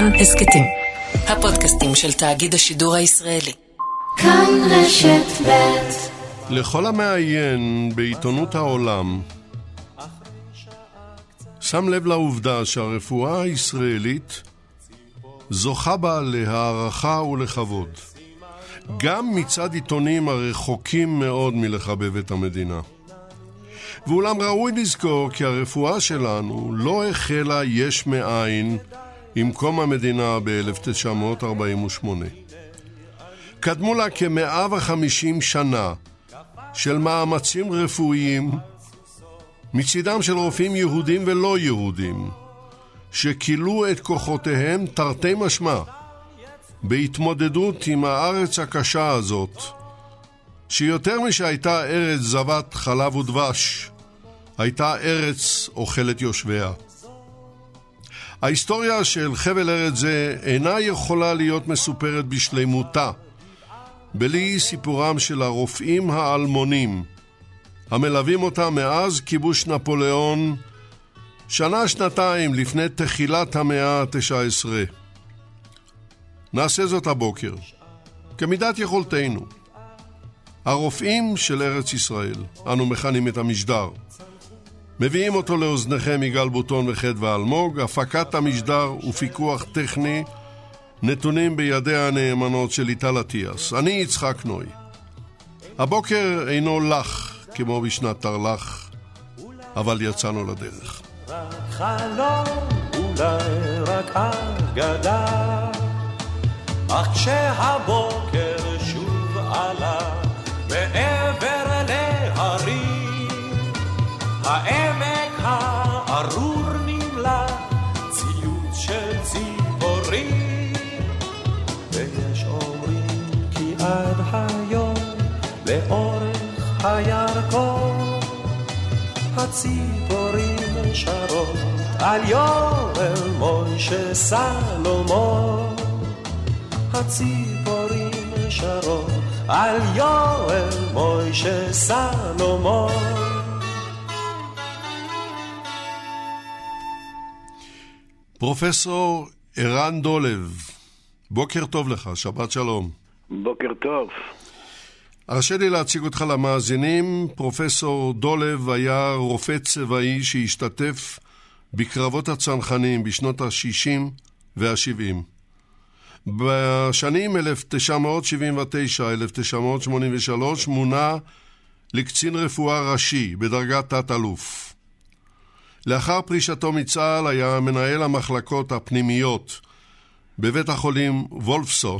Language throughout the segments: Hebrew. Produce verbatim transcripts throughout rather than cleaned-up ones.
כאן הסקטים, הפודקאסטים של תאגיד השידור הישראלי. כאן רשת ב'. לכל המעיין בעיתונות העולם שם לב לעובדה שהרפואה הישראלית זוכה בה להערכה ולכבוד, גם מצד עיתונים הרחוקים מאוד מלחבב את המדינה. ואולם ראוי לזכור כי הרפואה שלנו לא החלה יש מאין עם קום המדינה ב-אלף תשע מאות ארבעים ושמונה. קדמו לה כ-מאה וחמישים שנה של מאמצים רפואיים מצידם של רופאים יהודים ולא יהודים, שכילו את כוחותיהם תרתי משמע בהתמודדות עם הארץ הקשה הזאת, שיותר משהייתה ארץ זבת חלב ודבש, הייתה ארץ אוכלת יושביה. ההיסטוריה של חבל ארץ זה אינה יכולה להיות מסופרת בשלמותה בלי סיפורם של הרופאים האלמונים המלווים אותה מאז כיבוש נפוליאון שנה שנתיים לפני תחילת המאה ה-תשע עשרה. נעשה זאת הבוקר כמידת יכולתנו. הרופאים של ארץ ישראל, אנו מכנים את המשדר, מביאים אותו לאוזניכם יגאל בוטון וחד ואלמוג. הפקת המשדר ופיקוח טכני נתונים בידי הנאמנות של ליטל אטיאס. אני יצחק נוי. הבוקר אינו לך כמו בשנת תרל"ח, אבל יצאנו לדרך. רק חלום, אולי רק אגדה, אך כשהבוקר שוב עלה מעבר להרים, העמק הארור נמלא ציוץ של ציפורים, ויש אומרים כי עד היום לאורך הירקון הציפורים שרות על יורל מוישה סלומון, הציפורים שרות על יורל מוישה סלומון. פרופסור ערן דולב, בוקר טוב לך, שבת שלום. בוקר טוב. הרשה לי להציג אותך למאזינים. פרופסור דולב היה רופא צבאי שהשתתף בקרבות הצנחנים בשנות ה-שישים וה-שבעים. בשנים אלף תשע מאות שבעים ותשע עד אלף תשע מאות שמונים ושלוש מונה לקצין רפואה ראשי בדרגת תת-אלוף. לאחר פרישתו מצה"ל היה מנהל המחלקות הפנימיות בבית החולים וולפסון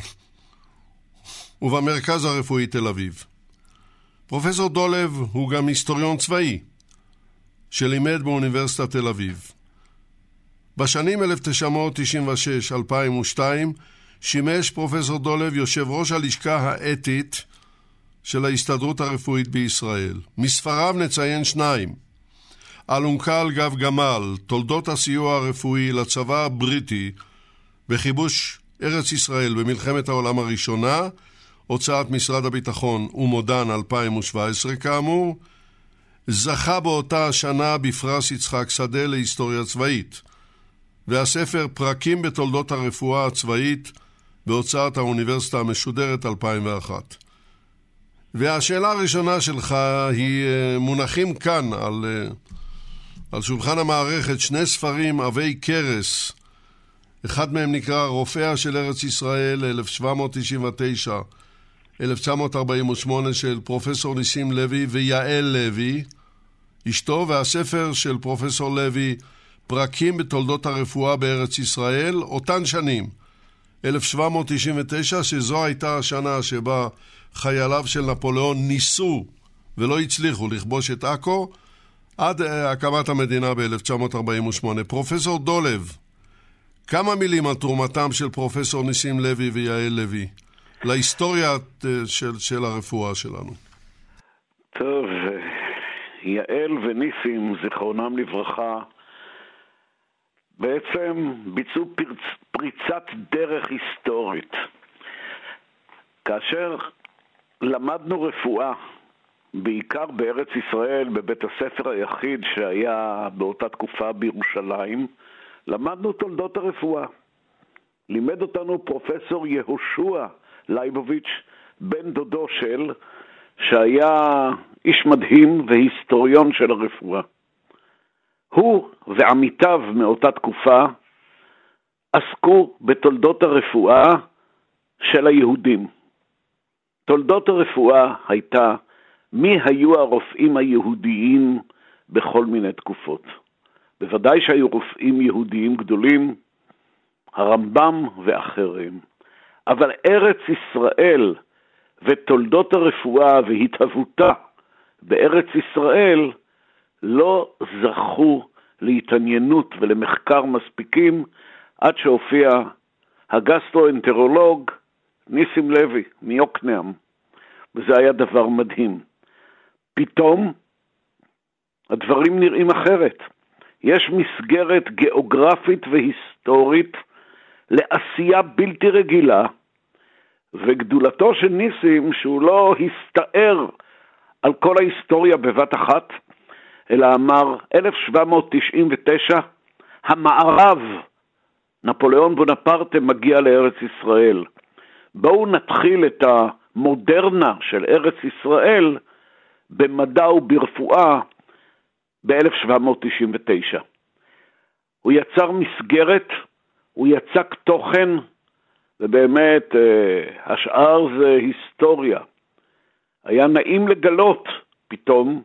ובמרכז הרפואי תל אביב. פרופסור דולב הוא גם היסטוריון צבאי שלימד באוניברסיטת תל אביב. בשנים אלף תשע מאות תשעים ושש עד אלפיים ושתיים שימש פרופסור דולב יושב ראש הלשכה האתית של ההסתדרות הרפואית בישראל. מספריו נציין שניים: אלונקה על גב גמל, תולדות הסיוע הרפואי לצבא הבריטי בכיבוש ארץ ישראל במלחמת העולם הראשונה, הוצאת משרד הביטחון ומודן אלפיים ושבע עשרה כאמור. זכה באותה השנה בפרס יצחק שדה להיסטוריה צבאית, והספר פרקים בתולדות הרפואה הצבאית בהוצאת האוניברסיטה המשודרת אלפיים ואחת. והשאלה הראשונה שלך היא, מונחים כאן על, על שולחן המערכת שני ספרים עבי קרס. אחד מהם נקרא רופאה של ארץ ישראל אלף שבע מאות תשעים ותשע עד אלף תשע מאות ארבעים ושמונה של פרופסור ניסים לוי ויעל לוי אשתו, והספר של פרופסור לוי פרקים בתולדות הרפואה בארץ ישראל, אותן שנים אלף שבע מאות תשעים ותשע, שזו הייתה השנה שבה חייליו של נפוליאון ניסו ולא הצליחו לכבוש את עכו, עד הקמת המדינה ב-אלף תשע מאות ארבעים ושמונה. פרופסור דולב, כמה מילים על תרומתם של פרופסור ניסים לוי ויעל לוי להיסטוריה של, של הרפואה שלנו. טוב, יעל וניסים, זיכרונם לברכה, בעצם ביצעו פרצ... פריצת דרך היסטורית. כאשר למדנו רפואה, בעיקר בארץ ישראל, בבית הספר היחיד שהיה באותה תקופה בירושלים, למדנו תולדות הרפואה. לימד אותנו פרופסור יהושע לייבוביץ', בן דודו של, שהיה איש מדהים והיסטוריון של הרפואה. הוא ועמיתיו מאותה תקופה עסקו בתולדות הרפואה של היהודים. תולדות הרפואה הייתה מי היו הרופאים היהודיים בכל מיני תקופות. בוודאי שהיו רופאים יהודיים גדולים, הרמב"ם ואחרים. אבל ארץ ישראל ותולדות הרפואה והתהוותה בארץ ישראל לא זכו להתעניינות ולמחקר מספיקים עד שהופיע הגסטרואנטרולוג ניסים לוי מיוקנעם, וזה היה דבר מדהים. פתאום הדברים נראים אחרת. יש מסגרת גיאוגרפית והיסטורית לעשייה בלתי רגילה, וגדולתו של ניסים שהוא לא הסתער על כל ההיסטוריה בבת אחת, אלא אמר אלף שבע מאות תשעים ותשע המערב, נפוליאון בונפרטה מגיע לארץ ישראל. בואו נתחיל את המודרנה של ארץ ישראל במדע וברפואה ב-אלף שבע מאות תשעים ותשע. הוא יצר מסגרת, הוא יצק תוכן, ובאמת השאר זה היסטוריה. היה נעים לגלות פתאום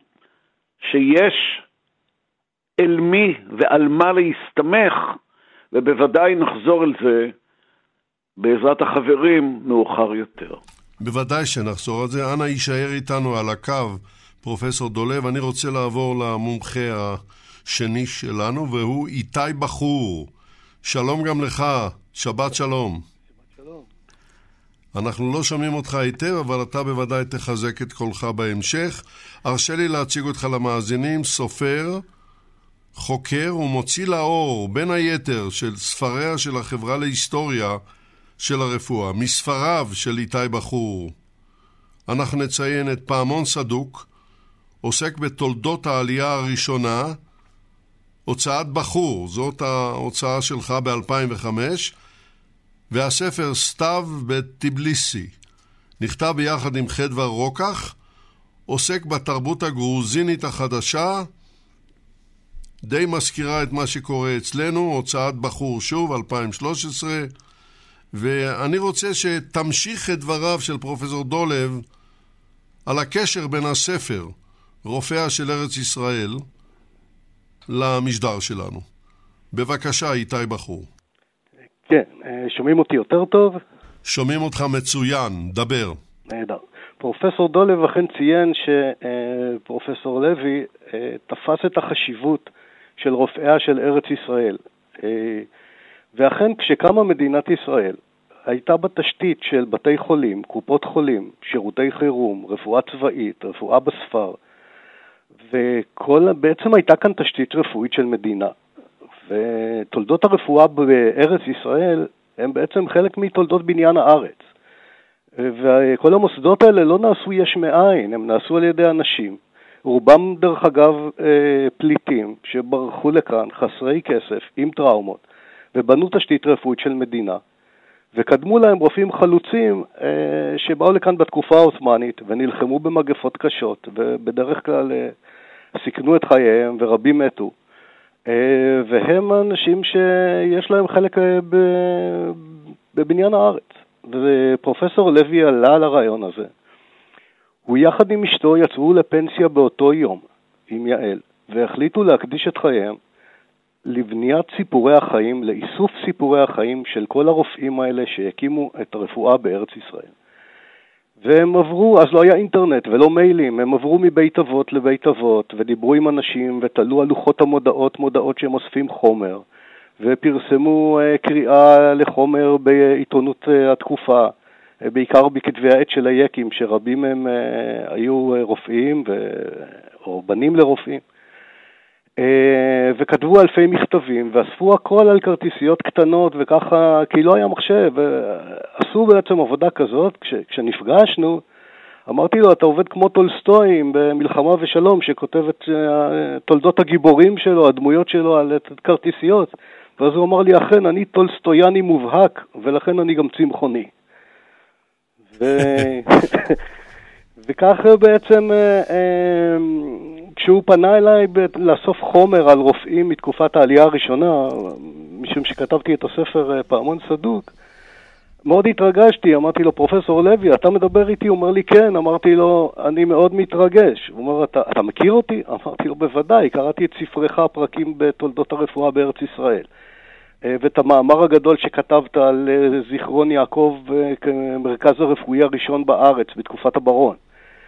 שיש אל מי ועל מה להסתמך, ובוודאי נחזור אל זה בעזרת החברים מאוחר יותר. בוודאי שנחזור על זה. אנא יישאר איתנו על הקו, פרופסור דולב. אני רוצה לעבור למומחה השני שלנו, והוא איתי בחור. שלום גם לך, שבת שלום. שבת שלום. אנחנו לא שומעים אותך היטב, אבל אתה בוודאי תחזק את קולך בהמשך. הרשה לי להציג אותך למאזינים, סופר, חוקר ומוציא לאור, בין היתר, של ספריה של החברה להיסטוריה של הרפואה, מספריו של איתי בחור. אנחנו נציין את פעמון סדוק, עוסק בתולדות העלייה הראשונה, הוצאת בחור, זאת ההוצאה שלך ב-אלפיים וחמש, והספר סתיו בטיבליסי, נכתב ביחד עם חדווה רוקח, עוסק בתרבות הגרוזינית החדשה, די מזכירה את מה שקורה אצלנו, הוצאת בחור שוב, אלפיים ושלוש עשרה, ואני רוצה שתמשיך את דבריו של פרופסור דולב על הקשר בין הספר, רופאה של ארץ ישראל, למשדר שלנו. בבקשה, איתי בחור. כן, שומעים אותי יותר טוב? שומעים אותך מצוין, דבר. נהדר. פרופסור דולב אכן ציין שפרופסור לוי תפס את החשיבות של רופאיה של ארץ ישראל. ואכן כשקמה מדינת ישראל, הייתה בתשתית של בתי חולים, קופות חולים, שירותי חירום, רפואה צבאית, רפואה בספר, וכל, בעצם הייתה כאן תשתית רפואית של מדינה. ותולדות הרפואה בארץ ישראל הם בעצם חלק מתולדות בניין הארץ. וכל המוסדות האלה לא נעשו יש מאין, הם נעשו על ידי אנשים. רובם דרך אגב פליטים שברחו לכאן חסרי כסף עם טראומות, ובנו תשתית רפואית של מדינה. וקדמו להם רופאים חלוצים שבאו לכאן בתקופה העות'מאנית ונלחמו במגפות קשות, ובדרך כלל סיכנו את חייהם ורבים מתו. והם אנשים שיש להם חלק בבניין הארץ. ופרופסור לוי עלה על הרעיון הזה. הוא יחד עם אשתו יצאו לפנסיה באותו יום עם יעל, והחליטו להקדיש את חייהם לבניית סיפורי החיים, לאיסוף סיפורי החיים של כל הרופאים האלה שהקימו את הרפואה בארץ ישראל. והם עברו, אז לא היה אינטרנט ולא מיילים, הם עברו מבית אבות לבית אבות, ודיברו עם אנשים ותלו על לוחות המודעות, מודעות שהם אוספים חומר, ופרסמו קריאה לחומר בעיתונות התקופה, בעיקר בכתבי העת של היקים, שרבים הם היו רופאים או בנים לרופאים. וכתבו אלפי מכתבים, ואספו הכל על כרטיסיות קטנות, וככה, כי לא היה מחשב, ועשו בעצם עבודה כזאת. כש, כשנפגשנו, אמרתי לו, אתה עובד כמו טולסטוי במלחמה ושלום, שכותב את תולדות הגיבורים שלו, הדמויות שלו על כרטיסיות, ואז הוא אמר לי, אכן, אני טולסטויאני מובהק, ולכן אני גם צמחוני. ו... וכך בעצם, כשהוא פנה אליי לאסוף חומר על רופאים מתקופת העלייה הראשונה, משום שכתבתי את הספר פעמון סדוק, מאוד התרגשתי, אמרתי לו, פרופסור לוי, אתה מדבר איתי? הוא אומר לי, כן. אמרתי לו, אני מאוד מתרגש. הוא אומר, אתה, אתה מכיר אותי? אמרתי לו, בוודאי, קראתי את ספרך פרקים בתולדות הרפואה בארץ ישראל. ואת המאמר הגדול שכתבת על זיכרון יעקב כמרכז הרפואי הראשון בארץ בתקופת הברון.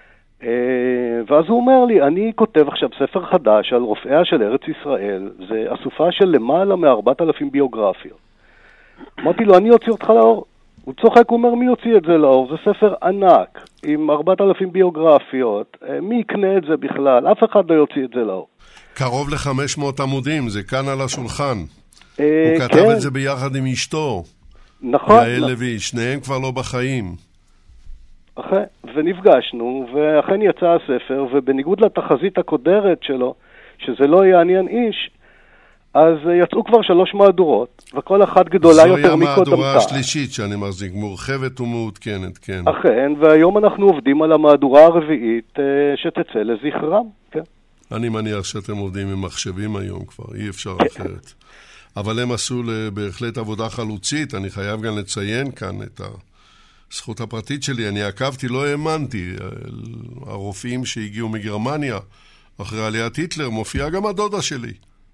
ואז הוא אומר לי, אני כותב עכשיו ספר חדש על רופאיה של ארץ ישראל, זה אסופה של למעלה מ-ארבעת אלפים ביוגרפיות. אמרתי לו, אני אוציא אותך לאור. הוא צוחק, הוא אומר, מי יוציא את זה לאור? זה ספר ענק, עם ארבעת אלפים ביוגרפיות. מי יקנה את זה בכלל? אף אחד לא יוציא את זה לאור. קרוב ל-חמש מאות עמודים, זה כאן על השולחן. הוא כתב את זה ביחד עם אשתו. נכון. יעל לוי, שניהם כבר לא בחיים. אכן, ונפגשנו, ואכן יצא הספר, ובניגוד לתחזית הקודרת שלו, שזה לא יעניין איש, אז יצאו כבר שלוש מהדורות, וכל אחת גדולה יותר מקודמתה. זוהי המהדורה השלישית שאני מחזיק, מורחבת ומעודכנת, כן. אכן, והיום אנחנו עובדים על המהדורה הרביעית שתצא לזכרם, כן. אני מניח שאתם עובדים עם מחשבים היום כבר, אי אפשר אחרת. אבל הם עשו בהחלט עבודה חלוצית, אני חייב גם לציין כאן את הזכות הפרטית שלי, אני עקבתי, לא האמנתי, הרופאים שהגיעו מגרמניה, אחרי עליית היטלר, מופיעה גם הדודה שלי.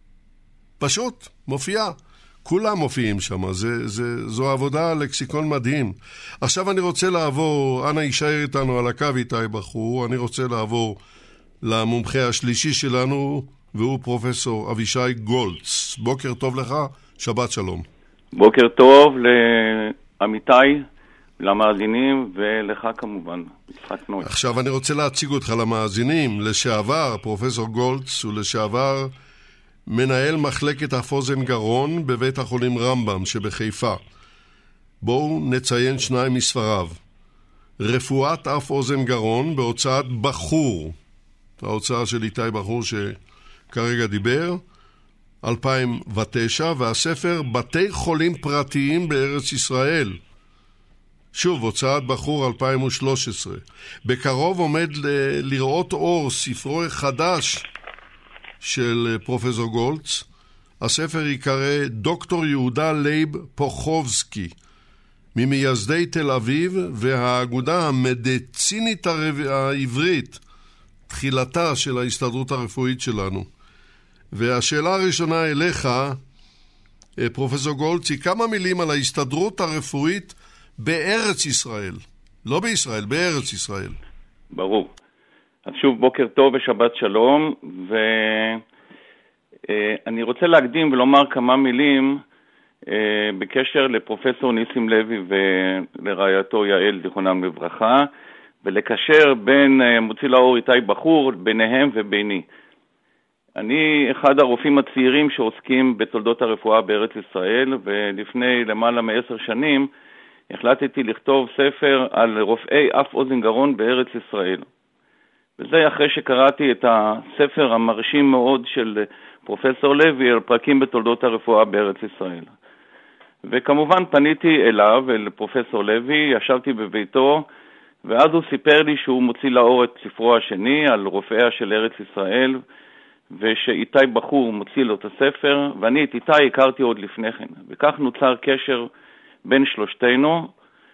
פשוט, מופיעה. כולם מופיעים שם, זה, זה, זו עבודה לקסיקון מדהים. עכשיו אני רוצה לעבור, אנא יישאר איתנו על הקו איתי בחור, אני רוצה לעבור למומחה השלישי שלנו, והוא פרופסור אבישי גולץ. בוקר טוב לך, שבת שלום. בוקר טוב לעמיתי, למאזינים ולך כמובן, יצחק נוי. עכשיו אני רוצה להציג אותך למאזינים. לשעבר, פרופסור גולץ הוא לשעבר מנהל מחלקת אף אוזן גרון בבית החולים רמב"ם שבחיפה. בואו נציין שניים מספריו. רפואת אף אוזן גרון בהוצאת בחור, ההוצאה של איתי בחור שכרגע דיבר, אלפיים ותשע, והספר בתי חולים פרטיים בארץ ישראל. שוב, הוצאת בחור אלפיים ושלוש עשרה. בקרוב עומד ל- לראות אור ספרו חדש של פרופסור גולץ. הספר יקרא דוקטור יהודה לייב פוחובסקי, ממייסדי תל אביב והאגודה המדיצינית העברית, תחילתה של ההסתדרות הרפואית שלנו. והשאלה הראשונה אליך, פרופסור גולץ, היא כמה מילים על ההסתדרות הרפואית בארץ ישראל. לא בישראל, בארץ ישראל. ברור. אז שוב בוקר טוב ושבת שלום, ואני רוצה להקדים ולומר כמה מילים בקשר לפרופסור ניסים לוי ולרעייתו יעל זיכרונם לברכה, ולקשר בין מוציא לאור איתי בחור, ביניהם וביני. אני אחד הרופאים הצעירים שעוסקים בתולדות הרפואה בארץ ישראל, ולפני למעלה מעשר שנים החלטתי לכתוב ספר על רופאי אף אוזן גרון בארץ ישראל. וזה אחרי שקראתי את הספר המרשים מאוד של פרופסור לוי על פרקים בתולדות הרפואה בארץ ישראל. וכמובן פניתי אליו, אל פרופסור לוי, ישבתי בביתו, ואז הוא סיפר לי שהוא מוציא לאור את ספרו השני על רופאיה של ארץ ישראל, ושאיתי בחור מוציא לו את הספר, ואני את איתי הכרתי עוד לפני כן. וכך נוצר קשר בין שלושתנו,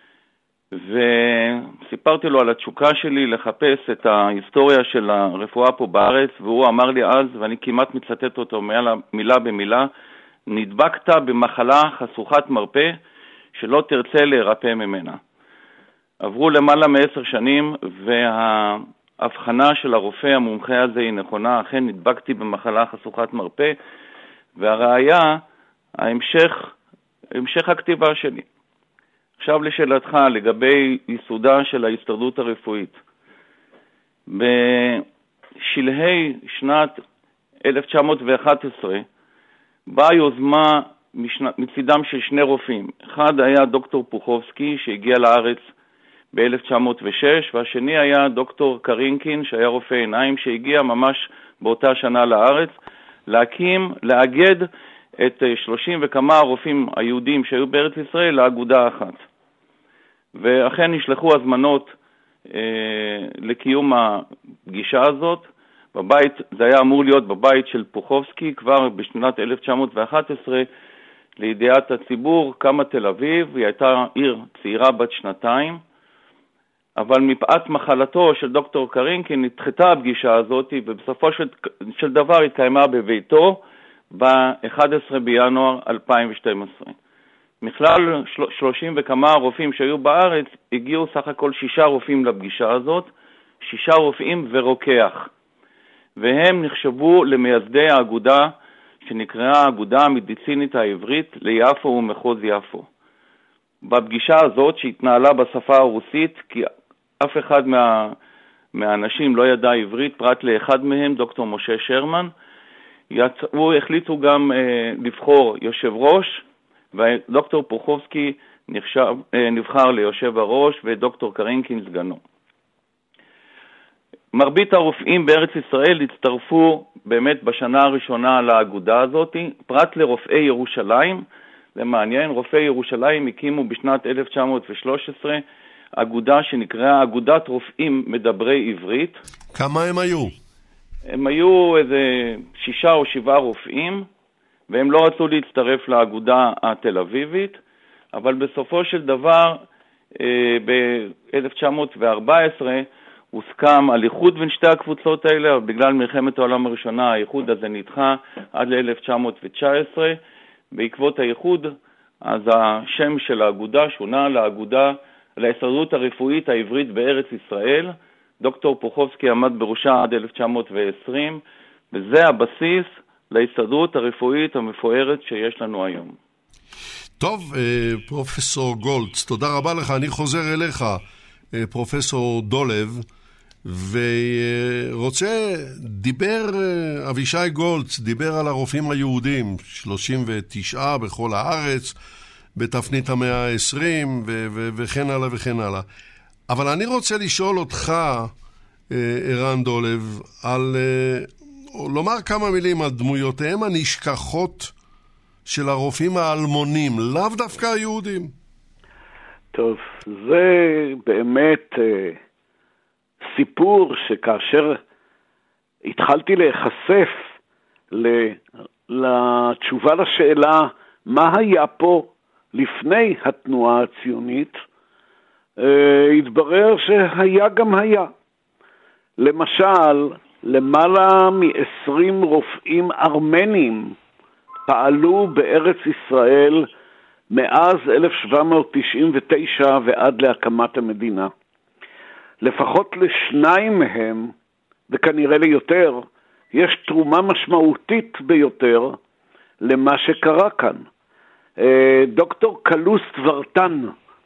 וסיפרתי לו על התשוקה שלי לחפש את ההיסטוריה של הרפואה פה בארץ, והוא אמר לי אז, ואני כמעט מצטט אותו מילה במילה, נדבקת במחלה חשוכת מרפא שלא תרצה להירפא ממנה. עברו למעלה מעשר שנים, וההבחנה של הרופא המומחה הזה היא נכונה, אכן נדבקתי במחלה חשוכת מרפא, והראיה, ההמשך, המשך הכתיבה שלי. עכשיו לשאלתך לגבי ייסודה של ההסתדרות הרפואית. בשלהי שנת אלף תשע מאות ואחת עשרה באה יוזמה מצידם של שני רופאים. אחד היה דוקטור פוחובסקי שהגיע לארץ ב-אלף תשע מאות ושש, והשני היה דוקטור קרינקין שהיה רופא עיניים שהגיע ממש באותה שנה לארץ, להקים, לאגד את שלושים וכמה הרופאים היהודים שהיו בארץ ישראל לאגודה אחת. ואכן נשלחו הזמנות אה, לקיום הפגישה הזאת. בבית, זה היה אמור להיות בבית של פוחובסקי, כבר בשנת אלף תשע מאות ואחת עשרה, לידיעת הציבור, קמה תל אביב, היא הייתה עיר צעירה בת שנתיים, אבל מפאת מחלתו של דוקטור קרינקין נדחתה הפגישה הזאת, ובסופו של, של דבר התקיימה בביתו ב-אחד עשר בינואר אלפיים ושתים עשרה. מכלל שלושים וכמה רופאים שהיו בארץ, הגיעו סך הכל שישה רופאים לפגישה הזאת, שישה רופאים ורוקח. והם נחשבו למייסדי האגודה שנקראה האגודה המדיצינית העברית ליפו ומחוז יפו. בפגישה הזאת שהתנהלה בשפה הרוסית, כי אף אחד מה, מהאנשים לא ידע עברית, פרט לאחד מהם, דוקטור משה שרמן, יצאו, החליטו גם אה, לבחור יושב ראש, ודוקטור פוחובסקי נחשב, אה, נבחר ליושב הראש ודוקטור קרינקין סגנו. מרבית הרופאים בארץ ישראל הצטרפו באמת בשנה הראשונה לאגודה הזאת, פרט לרופאי ירושלים. זה מעניין, רופאי ירושלים הקימו בשנת אלף תשע מאות ושלוש עשרה אגודה שנקראה אגודת רופאים מדברי עברית. כמה הם היו? הם היו איזה שישה או שבעה רופאים, והם לא רצו להצטרף לאגודה התל אביבית, אבל בסופו של דבר ב-אלף תשע מאות וארבע עשרה הוסכם על איחוד בין שתי הקבוצות האלה, אבל בגלל מלחמת העולם הראשונה האיחוד הזה נדחה עד ל-אלף תשע מאות ותשע עשרה. בעקבות האיחוד, אז השם של האגודה שונה לאגודה, להסתדרות הרפואית העברית בארץ ישראל. דוקטור פוחובסקי עמד בראשה עד אלף תשע מאות ועשרים, וזה הבסיס להסתדרות הרפואית המפוארת שיש לנו היום. טוב, פרופסור גולץ, תודה רבה לך. אני חוזר אליך, פרופסור דולב, ורוצה, דיבר אבישי גולץ, דיבר על הרופאים היהודים, שלושים ותשעה בכל הארץ, בתפנית המאה ה-עשרים, ו- ו- וכן הלאה וכן הלאה. אבל אני רוצה לשאול אותך, ערן דולב, על, לומר כמה מילים על דמויותיהם הנשכחות של הרופאים האלמונים, לאו דווקא היהודים. טוב, זה באמת אה, סיפור שכאשר התחלתי להיחשף ל, לתשובה לשאלה מה היה פה לפני התנועה הציונית, אה, התברר שהיה גם היה. למשל, למעלה מ-עשרים רופאים ארמנים פעלו בארץ ישראל מאז אלף שבע מאות תשעים ותשע ועד להקמת המדינה. לפחות לשניים מהם, וכנראה ליותר, יש תרומה משמעותית ביותר למה שקרה כאן. דוקטור קלוסט ורטן,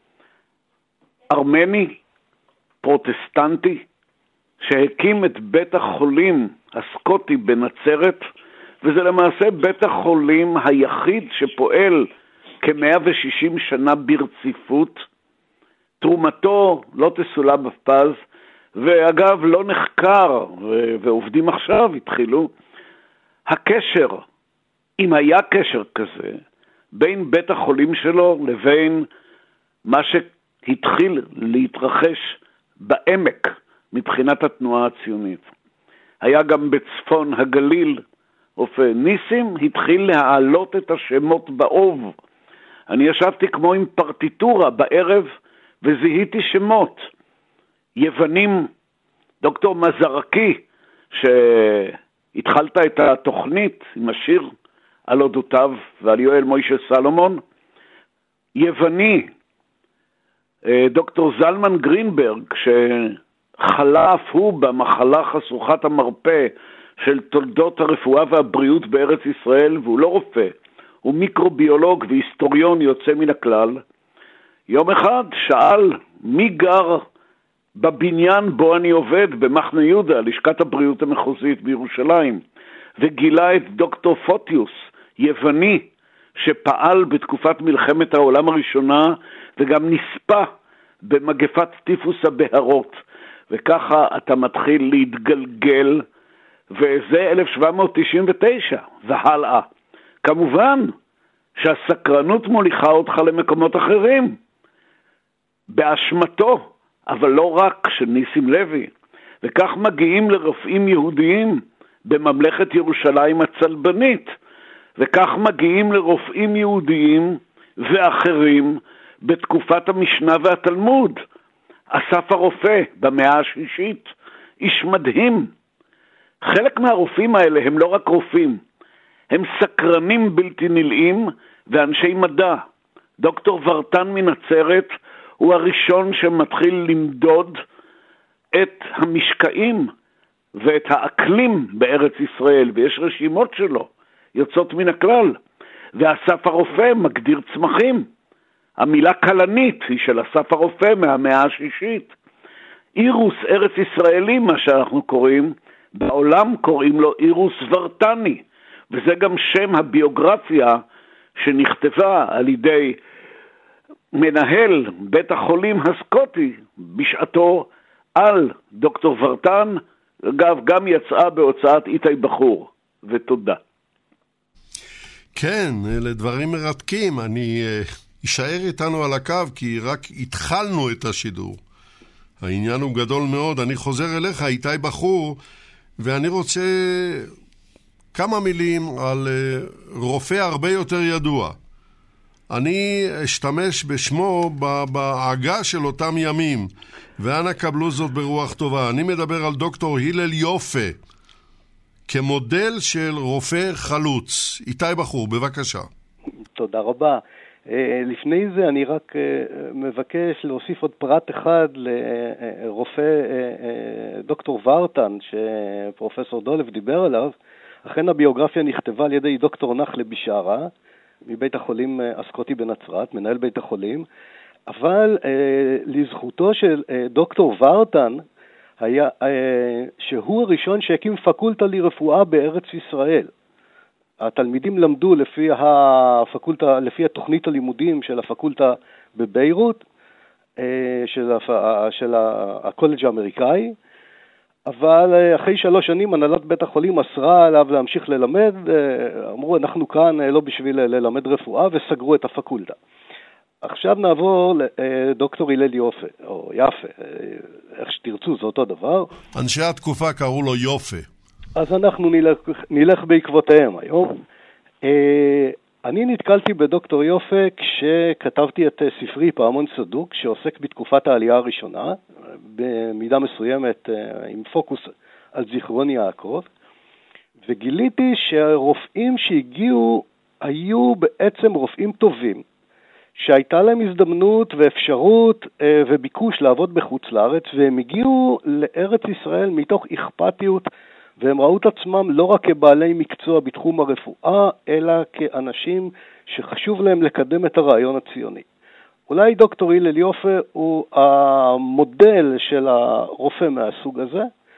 ארמני, פרוטסטנטי, שהקים את בית החולים הסקוטי בנצרת, וזה למעשה בית החולים היחיד שפועל כ-מאה ושישים שנה ברציפות. תרומתו לא תסולא בפז, ואגב לא נחקר, ו- ועובדים עכשיו התחילו. הקשר, אם היה קשר כזה, בין בית החולים שלו לבין מה שהתחיל להתרחש בעמק מבחינת התנועה הציונית. היה גם בצפון הגליל, רופא ניסים התחיל להעלות את השמות באוב. אני ישבתי כמו עם פרטיטורה בערב וזיהיתי שמות. יוונים, דוקטור מזרקי, שהתחלת את התוכנית עם השיר על אודותיו ועל יואל מוישה סלומון. יווני, דוקטור זלמן גרינברג, שחלף הוא במחלה חשוכת המרפא של תולדות הרפואה והבריאות בארץ ישראל, והוא לא רופא, הוא מיקרוביולוג והיסטוריון יוצא מן הכלל. יום אחד שאל מי גר בבניין בו אני עובד, במחנה יהודה, לשכת הבריאות המחוזית בירושלים, וגילה את דוקטור פוטיוס, יווני, שפעל בתקופת מלחמת העולם הראשונה, וגם נספה במגפת טיפוס הבהרות. וככה אתה מתחיל להתגלגל, וזה אלף שבע מאות תשעים ותשע והלאה. כמובן שהסקרנות מוליכה אותך למקומות אחרים, באשמתו, אבל לא רק של ניסים לוי. וכך מגיעים לרופאים יהודיים בממלכת ירושלים הצלבנית, וכך מגיעים לרופאים יהודיים ואחרים בתקופת המשנה והתלמוד. אסף הרופא במאה השישית, איש מדהים. חלק מהרופאים האלה הם לא רק רופאים, הם סקרנים בלתי נלאים ואנשי מדע. דוקטור ורטן מנצרת הוא הראשון שמתחיל למדוד את המשקעים ואת האקלים בארץ ישראל, ויש רשימות שלו, יוצאות מן הכלל. ואסף הרופא מגדיר צמחים. המילה קלנית היא של אסף הרופא מהמאה השישית. אירוס ארץ ישראלי, מה שאנחנו קוראים, בעולם קוראים לו אירוס ורטני, וזה גם שם הביוגרפיה שנכתבה על ידי מנהל בית החולים הסקוטי בשעתו על דוקטור ורטן. אגב, גם יצאה בהוצאת איתי בחור, ותודה. כן, אלה דברים מרתקים. אני אשאר איתנו על הקו כי רק התחלנו את השידור. העניין הוא גדול מאוד. אני חוזר אליך, איתי בחור, ואני רוצה כמה מילים על רופא הרבה יותר ידוע. אני אשתמש בשמו בעגה של אותם ימים, ואנא קבלו זאת ברוח טובה. אני מדבר על דוקטור הלל יופה, כמודל של רופא חלוץ. איתי בחור, בבקשה. תודה רבה. לפני זה אני רק מבקש להוסיף עוד פרט אחד לרופא דוקטור ורטן שפרופסור דולב דיבר עליו. אכן הביוגרפיה נכתבה על ידי דוקטור נחלה בישארה מבית החולים הסקוטי בנצרת, מנהל בית החולים, אבל לזכותו של דוקטור ורטן היה שהוא הראשון שהקים פקולטה לרפואה בארץ ישראל. התלמידים למדו לפי הפקולטה, לפי התוכנית הלימודים של הפקולטה בביירות, של, של הקולג' האמריקאי, אבל אחרי שלוש שנים הנהלת בית החולים אסרה עליו להמשיך ללמד, אמרו אנחנו כאן לא בשביל ללמד רפואה, וסגרו את הפקולטה. עכשיו נעבור לדוקטור הלל יופה, או יפה, איך שתרצו, זה אותו דבר. אנשי התקופה קראו לו יופה. אז אנחנו נלך, נלך בעקבותיהם היום. אני נתקלתי בדוקטור יופה כשכתבתי את ספרי פעמון סדוק, שעוסק בתקופת העלייה הראשונה, במידה מסוימת עם פוקוס על זיכרון יעקב, וגיליתי שהרופאים שהגיעו היו בעצם רופאים טובים, שהייתה להם הזדמנות ואפשרות וביקוש לעבוד בחוץ לארץ, והם הגיעו לארץ ישראל מתוך אכפתיות, והם ראו את עצמם לא רק כבעלי מקצוע בתחום הרפואה, אלא כאנשים שחשוב להם לקדם את הרעיון הציוני. אולי דוקטור הלל יופה הוא המודל של הרופא מהסוג הזה.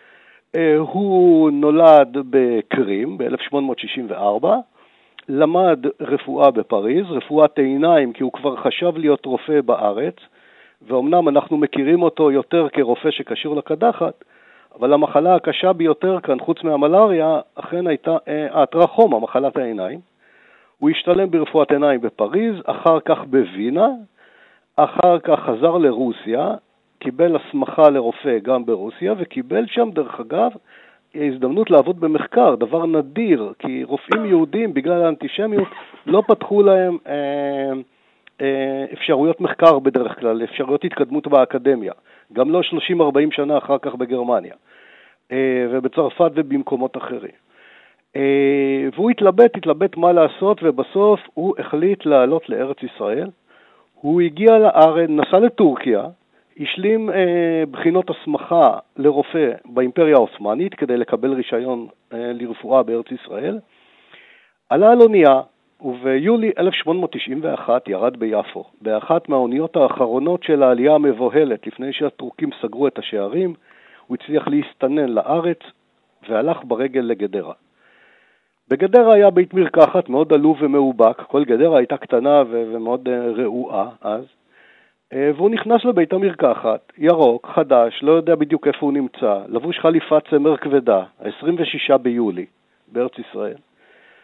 הוא נולד בקרים ב-אלף שמונה מאות שישים וארבע, למד רפואה בפריז, רפואת עיניים, כי הוא כבר חשב להיות רופא בארץ, ואומנם אנחנו מכירים אותו יותר כרופא שקשור לקדחת, אבל המחלה הקשה ביותר כאן, חוץ מהמלריה, אכן הייתה הטרחומה, מחלת העיניים. הוא השתלם ברפואת עיניים בפריז, אחר כך בווינה, אחר כך חזר לרוסיה, קיבל הסמכה לרופא גם ברוסיה, וקיבל שם דרך אגב הזדמנות לעבוד במחקר, דבר נדיר, כי רופאים יהודים בגלל האנטישמיות לא פתחו להם אה, אה, אפשרויות מחקר בדרך כלל, אפשרויות התקדמות באקדמיה, גם לא שלושים ארבעים שנה אחר כך בגרמניה, אה, ובצרפת ובמקומות אחרים. אה, והוא התלבט, התלבט מה לעשות, ובסוף הוא החליט לעלות לארץ ישראל. הוא הגיע לארץ, נסע לטורקיה, השלים אה, בחינות הסמכה לרופא באימפריה העות'מאנית כדי לקבל רישיון אה, לרפואה בארץ ישראל. עלה על אונייה, וביולי אלף שמונה מאות תשעים ואחת ירד ביפו, באחת מהאוניות האחרונות של העלייה המבוהלת, לפני שהטורקים סגרו את השערים. הוא הצליח להסתנן לארץ והלך ברגל לגדרה. בגדרה היה בית מרקחת מאוד עלוב ומאובק, כל גדרה הייתה קטנה ומאוד רעועה אז, והוא נכנס לבית המרקחת, ירוק, חדש, לא יודע בדיוק איפה הוא נמצא, לבוש חליפת צמר כבדה, עשרים ושישה ביולי בארץ ישראל,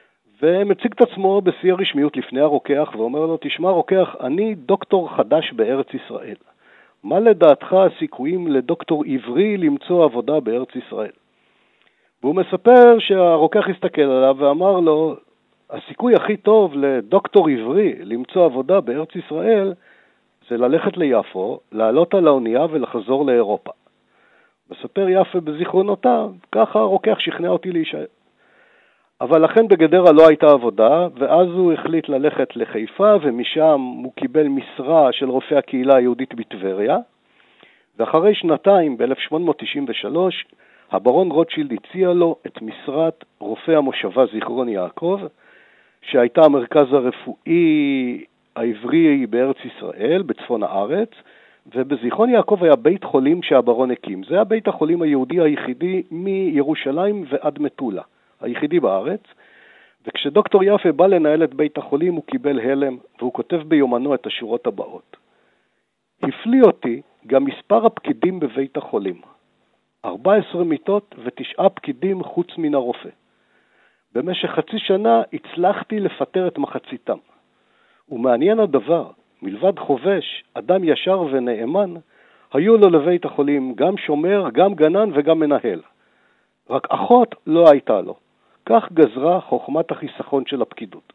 ומציג את עצמו בשיא הרשמיות לפני הרוקח, ואומר לו, תשמע רוקח, אני דוקטור חדש בארץ ישראל. מה לדעתך הסיכויים לדוקטור עברי למצוא עבודה בארץ ישראל? והוא מספר שהרוקח הסתכל עליו ואמר לו, הסיכוי הכי טוב לדוקטור עברי למצוא עבודה בארץ ישראל, זה ללכת ליפו, לעלות על האונייה ולחזור לאירופה. מספר יפה בזיכרונותיו, ככה הרוקח שכנע אותי להישאר. אבל לכן בגדרה לא הייתה עבודה, ואז הוא החליט ללכת לחיפה, ומשם הוא קיבל משרה של רופא הקהילה היהודית בטבריה, ואחרי שנתיים, ב-אלף שמונה מאות תשעים ושלוש, הברון רוטשילד הציע לו את משרת רופא המושבה זיכרון יעקב, שהייתה המרכז הרפואי העברי בארץ ישראל, בצפון הארץ, ובזיכרון יעקב היה בית חולים שהברון הקים. זה הבית החולים היהודי היחידי מירושלים ועד מטולה, היחידי בארץ. וכשדוקטור יפה בא לנהל את בית החולים הוא קיבל הלם, והוא כותב ביומנו את השורות הבאות. הפליא אותי גם מספר הפקידים בבית החולים. ארבע עשרה מיטות ותשעה פקידים חוץ מן הרופא. במשך חצי שנה הצלחתי לפטר את מחציתם. ומעניין הדבר, מלבד חובש, אדם ישר ונאמן, היו לו לבית החולים גם שומר, גם גנן וגם מנהל. רק אחות לא הייתה לו. כך גזרה חוכמת החיסכון של הפקידות.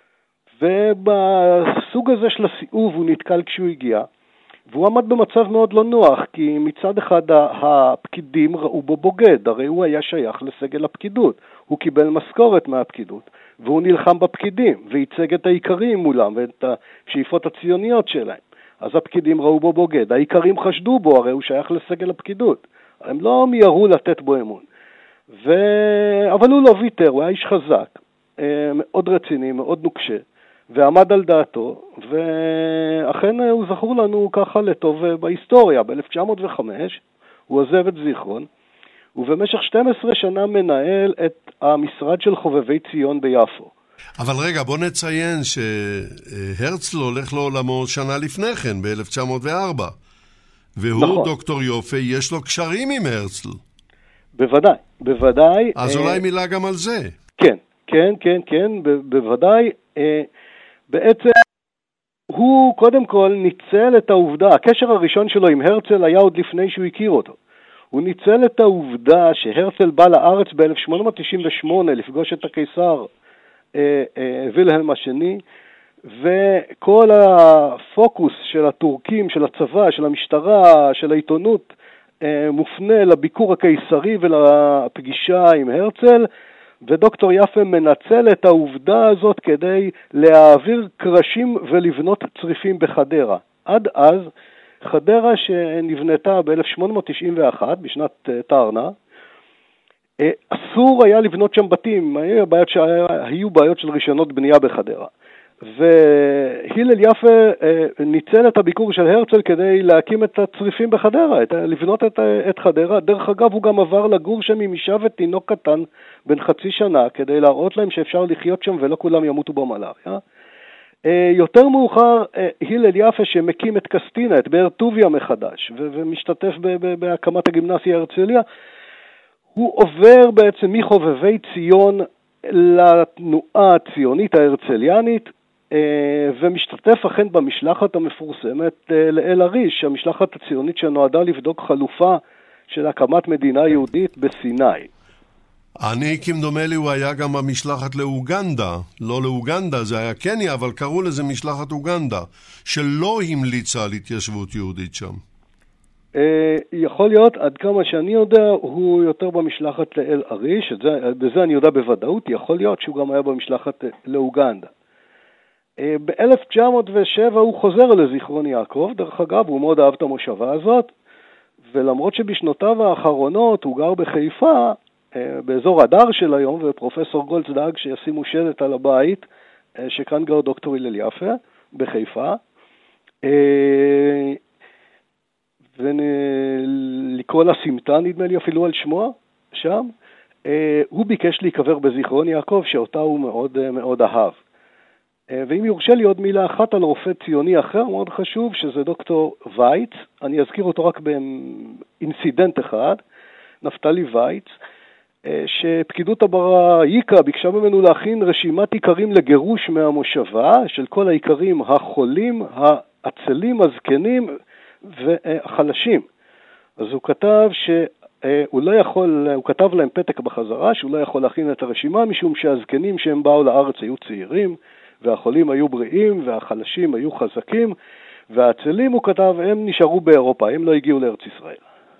ובסוג הזה של הסיאוב הוא נתקל כשהוא הגיע, והוא עמד במצב מאוד לא נוח, כי מצד אחד הפקידים ראו בו בוגד, הרי הוא היה שייך לסגל הפקידות, הוא קיבל משכורת מהפקידות, והוא נלחם בפקידים, וייצג את העיקרים מולם, ואת השאיפות הציוניות שלהם. אז הפקידים ראו בו בוגד, העיקרים חשדו בו, הרי הוא שייך לסגל הפקידות, הם לא מיירו לתת בו אמון. ו... אבל הוא לא ויתר, הוא היה איש חזק, מאוד רציני, מאוד נוקשה, ועמד על דעתו, ואכן הוא זכור לנו ככה לטוב בהיסטוריה. ב-אלף תשע מאות וחמש הוא עוזב את זיכרון, ובמשך שתים עשרה שנה מנהל את המשרד של חובבי ציון ביפו. אבל רגע, בוא נציין שהרצל הולך לעולמו שנה לפני כן, ב-אלף תשע מאות וארבע, והוא נכון. דוקטור יופי, יש לו קשרים עם הרצל. בוודאי, בוודאי. אז אולי מילה גם על זה. כן, כן, כן, כן, בוודאי. בעצם הוא קודם כל ניצל את העובדה, הקשר הראשון שלו עם הרצל היה עוד לפני שהוא הכיר אותו. הוא ניצל את העובדה שהרצל בא לארץ ב-אלף שמונה מאות תשעים ושמונה לפגוש את הקיסר אה, אה, וילהלם השני, וכל הפוקוס של הטורקים, של הצבא, של המשטרה, של העיתונות, אה, מופנה לביקור הקיסרי ולפגישה עם הרצל, ודוקטור יפה מנצל את העובדה הזאת כדי להעביר קרשים ולבנות צריפים בחדרה. עד אז, חדרה שנבנתה ב-אלף שמונה מאות תשעים ואחת, בשנת טרנה, אסור היה לבנות שם בתים, היו בעיות, היו בעיות של רישיונות בנייה בחדרה. והילל יפה ניצל את הביקור של הרצל כדי להקים את הצריפים בחדרה, לבנות את, את חדרה. דרך אגב, הוא גם עבר לגור שם עם אישה ותינוק קטן בן חצי שנה, כדי להראות להם שאפשר לחיות שם ולא כולם ימותו במלאריה. יותר מאוחר, הילל יפה שמקים את קסטינה, את באר טוביה מחדש, ומשתתף בהקמת הגימנסיה הרצליה, הוא עובר בעצם מחובבי ציון לתנועה הציונית ההרצליאנית, ומשתתף אכן במשלחת המפורסמת לאל עריש, המשלחת הציונית שנועדה לבדוק חלופה של הקמת מדינה יהודית בסיני. אני, כמדומה לי, הוא היה גם במשלחת לאוגנדה, לא לאוגנדה, זה היה קניה, אבל קראו לזה משלחת אוגנדה, שלא המליצה על התיישבות יהודית שם. יכול להיות, עד כמה שאני יודע, הוא יותר במשלחת לאל עריש, בזה אני יודע בוודאות, יכול להיות שהוא גם היה במשלחת לאוגנדה. ב-אלף תשע מאות ושבע הוא חוזר לזיכרון יעקב, דרך אגב, הוא מאוד אהב את המושבה הזאת, ולמרות שבשנותיו האחרונות הוא גר בחיפה, באזור הדר של היום, ופרופסור גולץ דאג שישימו שלט על הבית, שכאן גר דוקטור הילל יפה, בחיפה, ולקרוא לה סמטה, נדמה לי אפילו על שמו, שם, הוא ביקש להיקבר בזיכרון יעקב, שאותה הוא מאוד מאוד אהב. ואם יורשה לי עוד מילה אחת על רופא ציוני אחר, מאוד חשוב, שזה דוקטור וייץ, אני אזכיר אותו רק באינסידנט אחד, נפתלי וייץ, שפקידות הבריייקה ביקשה ממנו להכין רשימת עיקרים לגירוש מהמושבה של כל העיקרים החולים, העצלים, הזקנים והחלשים. אז הוא כתב שהוא לא יכול, הוא כתב להם פתק בחזרה שהוא לא יכול להכין את הרשימה, משום שהזקנים שהם באו לארץ היו צעירים, והחולים היו בריאים, והחלשים היו חזקים, והעצלים, הוא כתב, הם נשארו באירופה, הם לא הגיעו לארץ ישראל.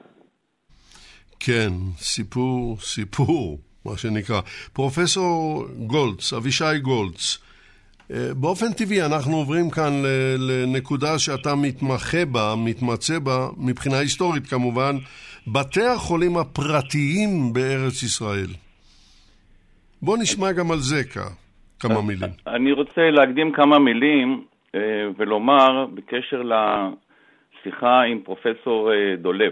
כן, סיפור, סיפור, מה שנקרא. פרופסור גולץ, אבישי גולץ, באופן טבעי אנחנו עוברים כאן לנקודה שאתה מתמחה בה, מתמצא בה, מבחינה היסטורית כמובן, בתי החולים הפרטיים בארץ ישראל. בוא נשמע גם על זה כמה מילים. אני רוצה להקדים כמה מילים ולומר בקשר לשיחה עם פרופסור דולב.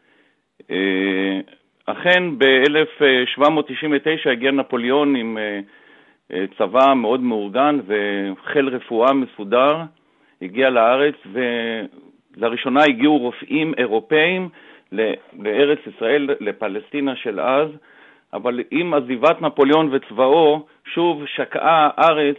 אכן ב-אלף שבע מאות תשעים ותשע הגיע נפוליאון עם צבא מאוד מאורגן וחיל רפואה מסודר, הגיע לארץ ולראשונה הגיעו רופאים אירופאים לארץ ישראל, לפלסטינה של אז, אבל עם עזיבת נפוליאון וצבאו שוב שקעה הארץ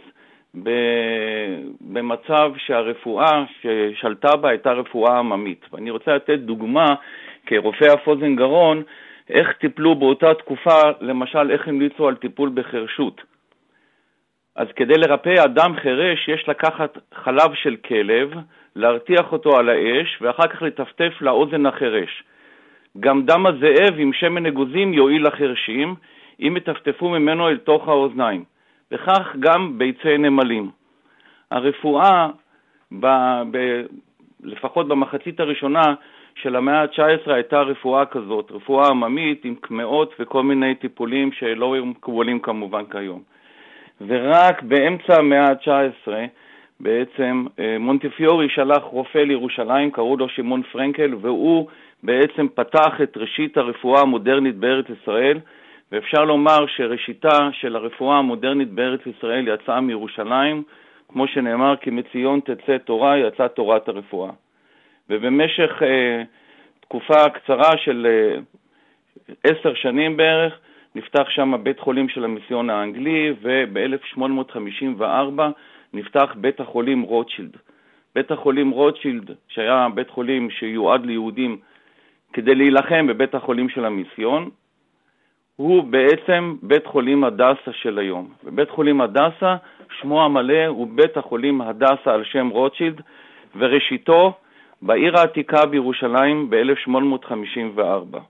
במצב שהרפואה ששלטה בה הייתה רפואה עממית. ואני רוצה לתת דוגמה כרופא אף אוזן גרון, איך טיפלו באותה תקופה, למשל איך המליצו על טיפול בחרשות. אז כדי לרפא אדם חרש יש לקחת חלב של כלב, להרתיח אותו על האש ואחר כך לטפטף לאוזן החרש. גם דם הזאב עם שמן אגוזים יועיל לחרשים, אם יטפטפו ממנו אל תוך האוזניים. וכך גם ביצי נמלים. הרפואה, ב, ב, לפחות במחצית הראשונה של המאה ה-תשע עשרה, הייתה רפואה כזאת, רפואה עממית עם קמאות וכל מיני טיפולים שלא היו מקובלים כמובן כיום. ורק באמצע המאה ה-תשע עשרה, בעצם מונטיפיורי שלח רופא לירושלים, קראו לו שמעון פרנקל, והוא בעצם פתח את ראשית הרפואה המודרנית בארץ ישראל, ואפשר לומר שראשיתה של הרפואה המודרנית בארץ ישראל יצאה מירושלים, כמו שנאמר, כי מציון תצא תורה, יצאה תורת הרפואה. ובמשך אה, תקופה קצרה של אה, עשר שנים בערך, נפתח שם בית חולים של המיסיון האנגלי, וב-אלף שמונה מאות חמישים וארבע נפתח בית החולים רוטשילד. בית החולים רוטשילד, שהיה בית חולים שיועד ליהודים כדי להילחם בבית החולים של המיסיון, הוא בעצם בית חולים הדסה של היום. ובית חולים הדסה, שמו המלא הוא בית החולים הדסה על שם רוטשילד, וראשיתו בעיר העתיקה בירושלים ב-אלף שמונה מאות חמישים וארבע.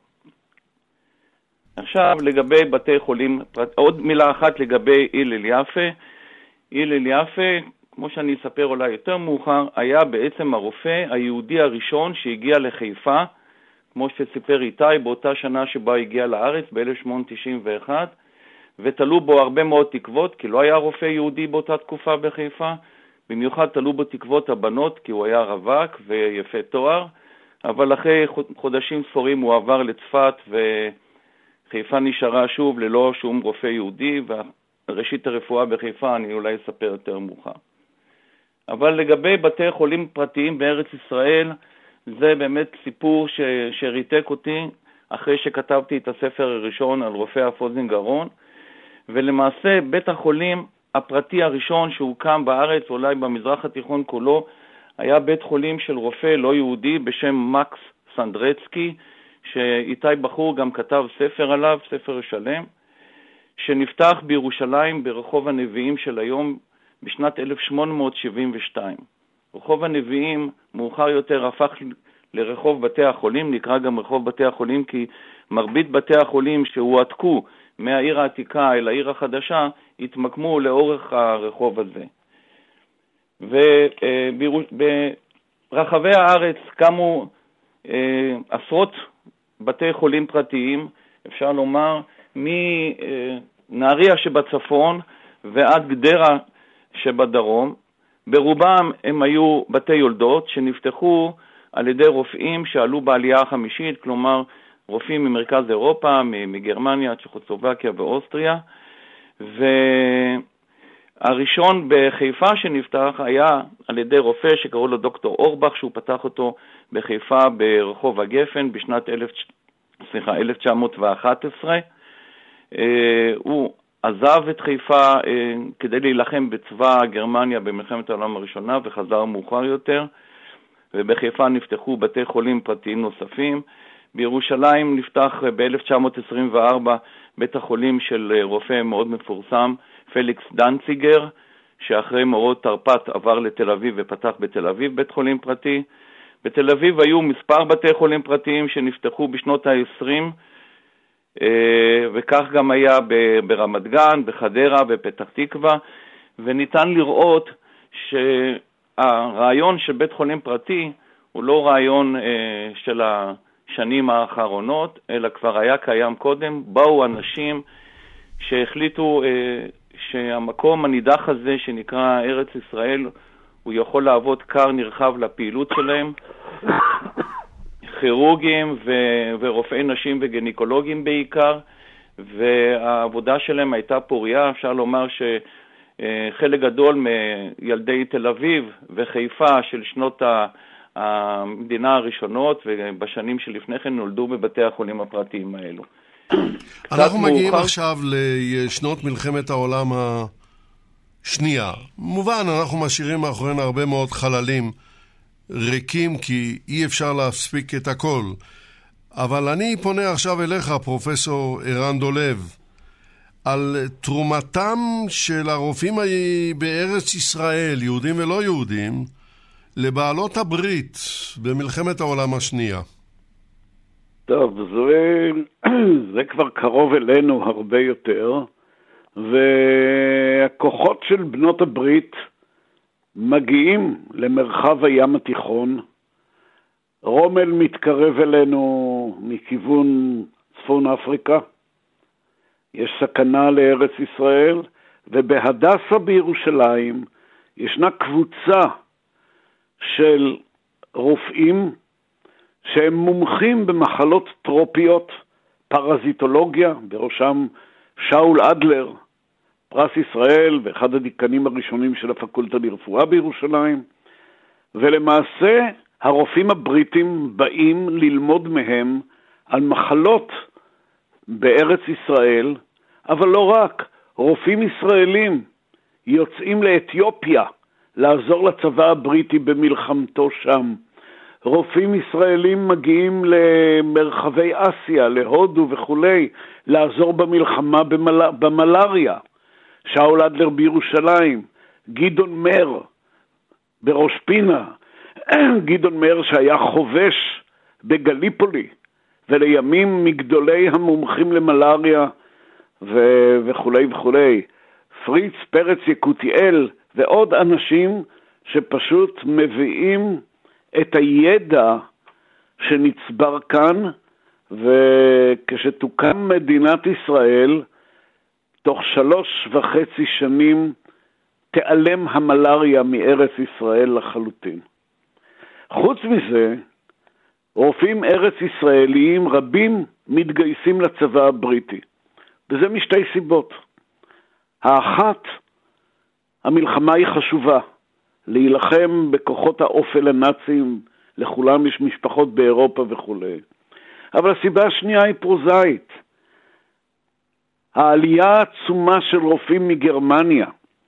עכשיו לגבי בתי חולים, עוד מילה אחת לגבי הלל יפה. הלל יפה, כמו שאני אספר אולי יותר מאוחר, היה בעצם הרופא היהודי הראשון שהגיע לחיפה, כמו שסיפר איתי, באותה שנה שבה הגיע לארץ, ב-אלף שמונה מאות תשעים ואחת, ותלו בו הרבה מאוד תקוות, כי לא היה רופא יהודי באותה תקופה בחיפה, במיוחד תלו בו תקוות הבנות, כי הוא היה רווק ויפה תואר, אבל אחרי חודשים ספורים הוא עבר לצפת, וחיפה נשארה שוב ללא שום רופא יהודי, וראשית הרפואה בחיפה אני אולי אספר יותר מאוחר. אבל לגבי בתי חולים פרטיים בארץ ישראל, זה באמת סיפור ש... שריתק אותי אחרי שכתבתי את הספר הראשון על רופא אף אוזן גרון, ולמעשה בית החולים הפרטי הראשון שהוקם בארץ, אולי במזרח התיכון כולו, היה בית חולים של רופא לא יהודי בשם מקס סנדרצקי, שאיתי בחור גם כתב ספר עליו, ספר שלם, שנפתח בירושלים ברחוב הנביאים של היום בשנת אלף שמונה מאות שבעים ושתיים. רחוב הנביאים מאוחר יותר הפך לרחוב בתי החולים, נקרא גם רחוב בתי החולים כי מרבית בתי החולים שהועתקו מהעיר העתיקה אל העיר החדשה התמקמו לאורך הרחוב הזה. וברחבי הארץ קמו עשרות בתי חולים פרטיים, אפשר לומר, מנהריה שבצפון ועד גדרה שבדרום. ברובם הם היו בתי יולדות שנפתחו על ידי רופאים שעלו בעלייה החמישית, כלומר רופאים ממרכז אירופה, מגרמניה, צ'כוסלובקיה ואוסטריה. והראשון בחיפה שנפתח היה על ידי רופא שקראו לו דוקטור אורבך, שהוא פתח אותו בחיפה ברחוב הגפן בשנת אלף תשע מאות ואחת עשרה. הוא עזב את חיפה כדי להילחם בצבא גרמניה במלחמת העולם הראשונה וחזר מאוחר יותר, ובחיפה נפתחו בתי חולים פרטיים נוספים. בירושלים נפתח ב-אלף תשע מאות עשרים וארבע בית החולים של רופא מאוד מפורסם, פליקס דנציגר, שאחרי מאורעות תרפ"ט עבר לתל אביב ופתח בתל אביב בית חולים פרטי. בתל אביב היו מספר בתי חולים פרטיים שנפתחו בשנות ה-עשרים, וכך גם היה ברמת גן, בחדרה ופתח תקווה, וניתן לראות שהרעיון של בית חולים פרטי הוא לא רעיון של השנים האחרונות, אלא כבר היה קיים קודם. באו אנשים שהחליטו שהמקום הנידח הזה שנקרא ארץ ישראל, הוא יכול לעבוד קר נרחב לפעילות שלהם, כירורגים ו- ורופאי נשים וגניקולוגים בעיקר, והעבודה שלהם הייתה פוריה. אפשר לומר שחלק גדול מילדי תל אביב וחיפה של שנות המדינה הראשונות ובשנים שלפני כן נולדו בבתי החולים הפרטיים האלו. אנחנו מגיעים מאוחר... עכשיו לשנות מלחמת העולם השנייה. מובן, אנחנו משאירים מאחורינו הרבה מאוד חללים ריקים, כי אי אפשר להספיק את הכל. אבל אני פונה עכשיו אליך, פרופסור ערן דולב, על תרומתם של הרופאים בארץ ישראל, יהודים ולא יהודים, לבעלות הברית במלחמת העולם השנייה. טוב, זה, זה כבר קרוב אלינו הרבה יותר, והכוחות של בנות הברית מגיעים למרחב הים התיכון. רומל מתקרב אלינו מכיוון צפון אפריקה, יש סכנה לארץ ישראל, ובהדסה בירושלים ישנה קבוצה של רופאים שהם מומחים במחלות טרופיות, פרזיטולוגיה, בראשם שאול אדלר, פרס ישראל ואחד הדיקנים הראשונים של הפקולטה לרפואה בירושלים, ולמעשה הרופאים הבריטים באים ללמוד מהם על מחלות בארץ ישראל, אבל לא רק, רופאים ישראלים יוצאים לאתיופיה לעזור לצבא הבריטי במלחמתו שם. רופאים ישראלים מגיעים למרחבי אסיה, להודו וכולי, לעזור במלחמה במל... במלאריה. שאול אדלר בירושלים, גדעון מר בראש פינה, גדעון מר שהיה חובש בגליפולי, ולימים מגדולי המומחים למלאריה ו... וכולי וכולי. פריץ פרץ יקותיאל ועוד אנשים שפשוט מביאים את הידע שנצבר כאן, וכשתוקם מדינת ישראל, תוך שלוש וחצי שנים תיעלם המלאריה מארץ ישראל לחלוטין. חוץ מזה, רופאים ארץ ישראליים רבים מתגייסים לצבא הבריטי, וזה משתי סיבות. האחת, המלחמה היא חשובה, להילחם בכוחות האופל הנאצים, לכולם יש משפחות באירופה וכו'. אבל הסיבה השנייה היא פרוזאית. העלייה העצומה של רופאים מגרמניה,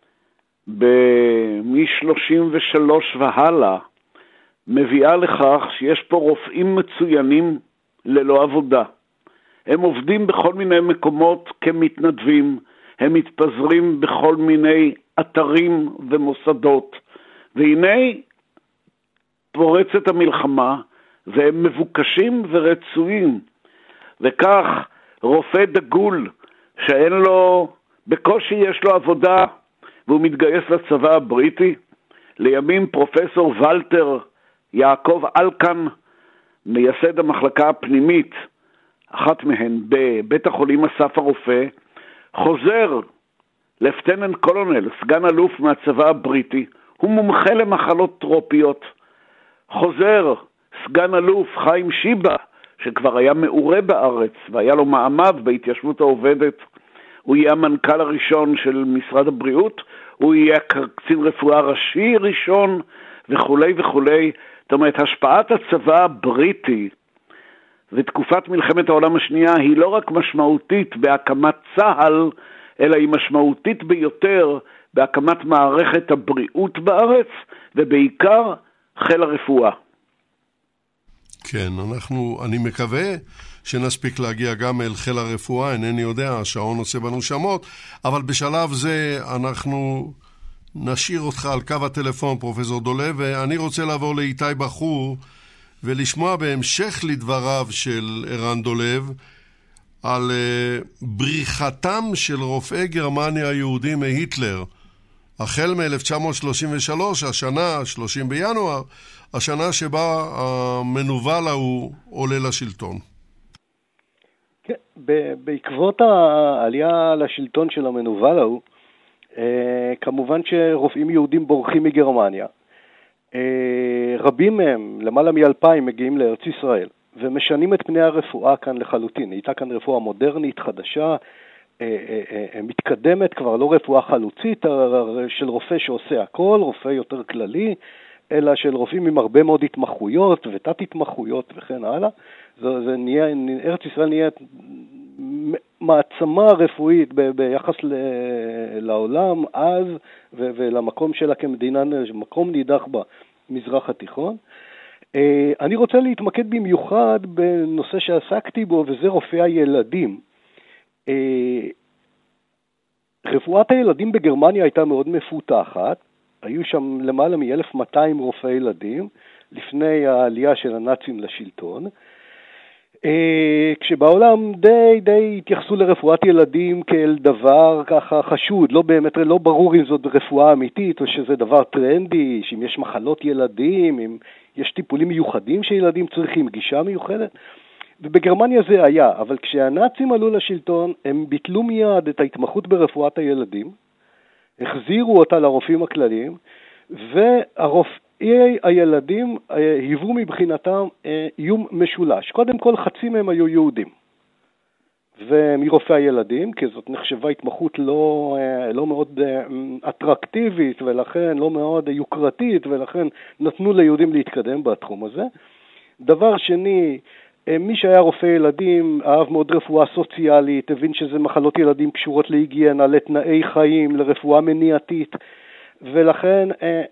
מ-שלושים ושלוש והלאה, מביאה לכך שיש פה רופאים מצוינים ללא עבודה. הם עובדים בכל מיני מקומות כמתנדבים, הם מתפזרים בכל מיני אתרים ומוסדות, והנה פורצת המלחמה, והם מבוקשים ורצויים, וכך רופא דגול, שאין לו, בקושי יש לו עבודה, והוא מתגייס לצבא הבריטי, לימים פרופסור ולטר יעקב אלקן, מייסד המחלקה הפנימית, אחת מהן בבית החולים אסף הרופא, חוזר לפטננט קולונל, סגן אלוף מהצבא הבריטי, הוא מומחה למחלות טרופיות. חוזר סגן אלוף חיים שיבה, שכבר היה מעורה בארץ והיה לו מעמד בהתיישבות העובדת, הוא יהיה המנכ"ל הראשון של משרד הבריאות, הוא יהיה קצין רפואה ראשי ראשון וכולי וכולי. זאת אומרת, השפעת הצבא הבריטי ותקופת מלחמת העולם השנייה היא לא רק משמעותית בהקמת צה"ל, אלא היא משמעותית ביותר בהקמת מערכת הבריאות בארץ, ובעיקר חיל הרפואה. כן, אנחנו, אני מקווה שנספיק להגיע גם אל חיל הרפואה, אינני יודע, השעון עושה בנו שמות, אבל בשלב זה אנחנו נשאיר אותך על קו הטלפון, פרופסור דולב, ואני רוצה לעבור לאיתי בחור, ולשמוע בהמשך לדבריו של ערן דולב, על uh, בריחתם של רופאי גרמניה היהודים מהיטלר, החל מ-אלף תשע מאות שלושים ושלוש, השנה, שלושים בינואר, השנה שבה המנוול ההוא עולה לשלטון. כן, בעקבות העלייה לשלטון של המנוול ההוא, אה, כמובן שרופאים יהודים בורחים מגרמניה. אה, רבים מהם, למעלה מאלפיים, מגיעים לארץ ישראל, ומשנים את פני הרפואה כאן לחלוטין. הייתה כאן רפואה מודרנית, חדשה, אה, אה, אה, מתקדמת, כבר לא רפואה חלוצית של רופא שעושה הכל, רופא יותר כללי, אלא של רופאים עם הרבה מאוד התמחויות ותת התמחויות וכן הלאה. זה, זה נהיה, ארץ ישראל נהיה מעצמה רפואית ב, ביחס ל, לעולם אז ו, ולמקום שלה כמדינה, מקום נידח במזרח התיכון. אני רוצה להתמקד במיוחד בנושא שעסקתי בו, וזה רופאי הילדים. רפואת הילדים בגרמניה הייתה מאוד מפותחת, היו שם למעלה מ-אלף ומאתיים רופאי ילדים, לפני העלייה של הנאצים לשלטון, כשבעולם די די התייחסו לרפואת ילדים כאל דבר ככה חשוד, לא באמת, לא ברור אם זאת רפואה אמיתית או שזה דבר טרנדי, שאם יש מחלות ילדים, אם יש טיפולים מיוחדים שילדים צריכים, גישה מיוחדת, ובגרמניה זה היה, אבל כשהנאצים עלו לשלטון, הם ביטלו מיד את ההתמחות ברפואת הילדים, החזירו אותה לרופאים הכלליים, והרופאי הילדים היוו מבחינתם איום משולש. קודם כל חצי מהם היו יהודים, ומרופאי הילדים, כי זאת נחשבה התמחות לא, לא מאוד אטרקטיבית, ולכן לא מאוד יוקרתית, ולכן נתנו ליהודים להתקדם בתחום הזה. דבר שני, מי שהיה רופא ילדים אהב מאוד רפואה סוציאלית, הבין שזה מחלות ילדים קשורות להיגיינה, לתנאי חיים, לרפואה מניעתית, ולכן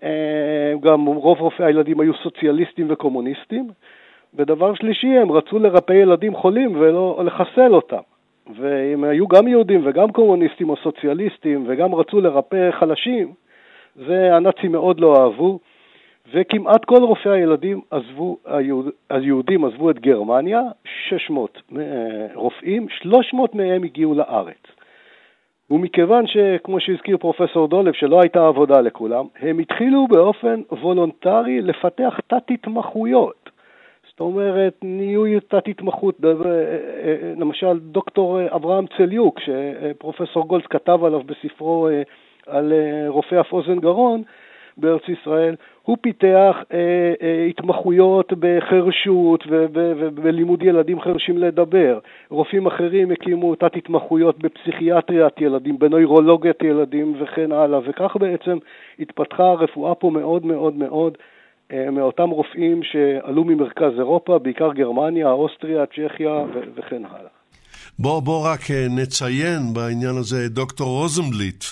גם רוב רופאי הילדים היו סוציאליסטים וקומוניסטים. ודבר שלישי, הם רצו לרפא ילדים חולים ולא לחסל אותם. והם היו גם יהודים וגם קומוניסטים או סוציאליסטים, וגם רצו לרפא חלשים, והנאצים מאוד לא אהבו. וכמעט כל רופאי הילדים עזבו, היהודים עזבו את גרמניה, שש מאות רופאים, שלוש מאות מהם הגיעו לארץ. ומכיוון שכמו שהזכיר פרופסור דולב, שלא הייתה עבודה לכולם, הם התחילו באופן וולונטרי לפתח תת התמחויות. זאת אומרת, נהיו תת התמחות, למשל דוקטור אברהם צליוק, שפרופסור גולץ כתב עליו בספרו על רופא אף אוזן גרון, בארץ ישראל, הוא פיתח אה, אה, התמחויות בחרשות ובלימוד ילדים חרשים לדבר. רופאים אחרים הקימו תת התמחויות בפסיכיאטריית ילדים, בנוירולוגיית ילדים וכן הלאה, וכך בעצם התפתחה הרפואה פה מאוד מאוד מאוד אה, מאותם רופאים שעלו ממרכז אירופה, בעיקר גרמניה, אוסטריה, צ'כיה ו- וכן הלאה. בוא, בוא רק נציין בעניין הזה דוקטור רוזנבליט,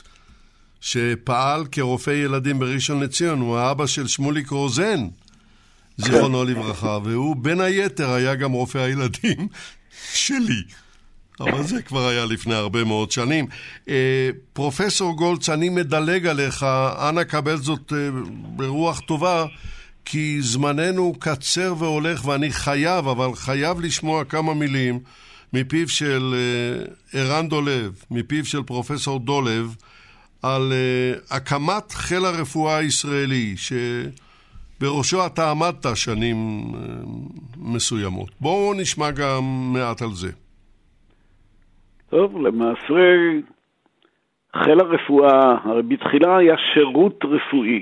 שפעל כרופא ילדים בראשון לציון, הוא האבא של שמוליק רוזן, זיכרונו לברכה, והוא בין היתר היה גם רופא הילדים שלי, אבל זה כבר היה לפני הרבה מאוד שנים. פרופסור גולץ, אני מדלג עליך, אנא קבל זאת ברוח טובה, כי זמננו קצר והולך, ואני חייב, אבל חייב לשמוע כמה מילים מפיו של ערן דולב, מפיו של פרופסור דולב, על uh, הקמת חיל הרפואה הישראלי, שבראשו אתה עמדת שנים uh, מסוימות. בואו נשמע גם מעט על זה. טוב, למעשה חיל הרפואה, הרי בתחילה היה שירות רפואי.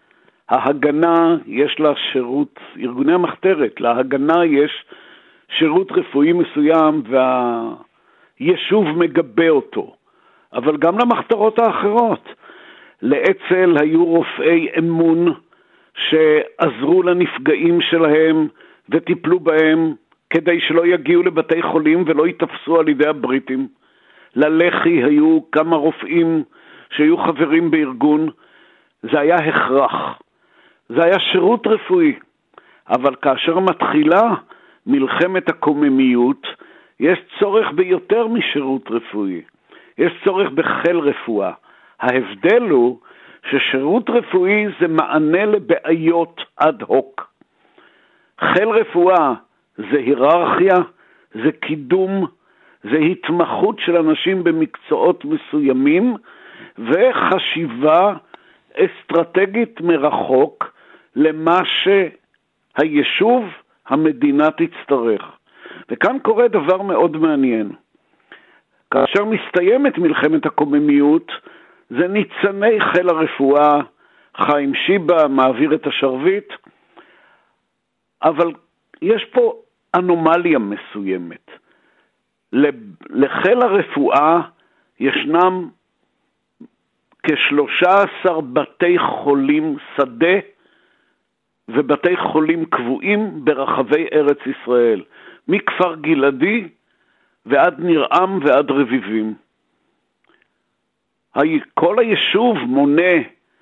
ההגנה יש לה שירות, ארגוני המחתרת, להגנה יש שירות רפואי מסוים והיישוב מגבה אותו. אבל גם למחתרות האחרות. לאצ"ל היו רופאי אמון שעזרו לנפגעים שלהם וטיפלו בהם כדי שלא יגיעו לבתי חולים ולא יתפסו על ידי הבריטים. ללח"י היו כמה רופאים שהיו חברים בארגון. זה היה הכרח. זה היה שירות רפואי. אבל כאשר מתחילה מלחמת הקוממיות, יש צורך ביותר משירות רפואי. יש צורך בחיל רפואה. ההבדל הוא ששירות רפואי זה מענה לבעיות אד הוק. חיל רפואה זה היררכיה, זה קידום, זה התמחות של אנשים במקצועות מסוימים, וחשיבה אסטרטגית מרחוק למה שהיישוב, המדינה תצטרך. וכאן קורה דבר מאוד מעניין. כאשר מסתיימת מלחמת הקוממיות, זה ניצני חיל הרפואה, חיים שיבה מעביר את השרביט, אבל יש פה אנומליה מסוימת. לחיל הרפואה ישנם כשלושה עשר בתי חולים שדה ובתי חולים קבועים ברחבי ארץ ישראל, מכפר גלעדי ועד נרעם ועד רביבים. כל היישוב מונה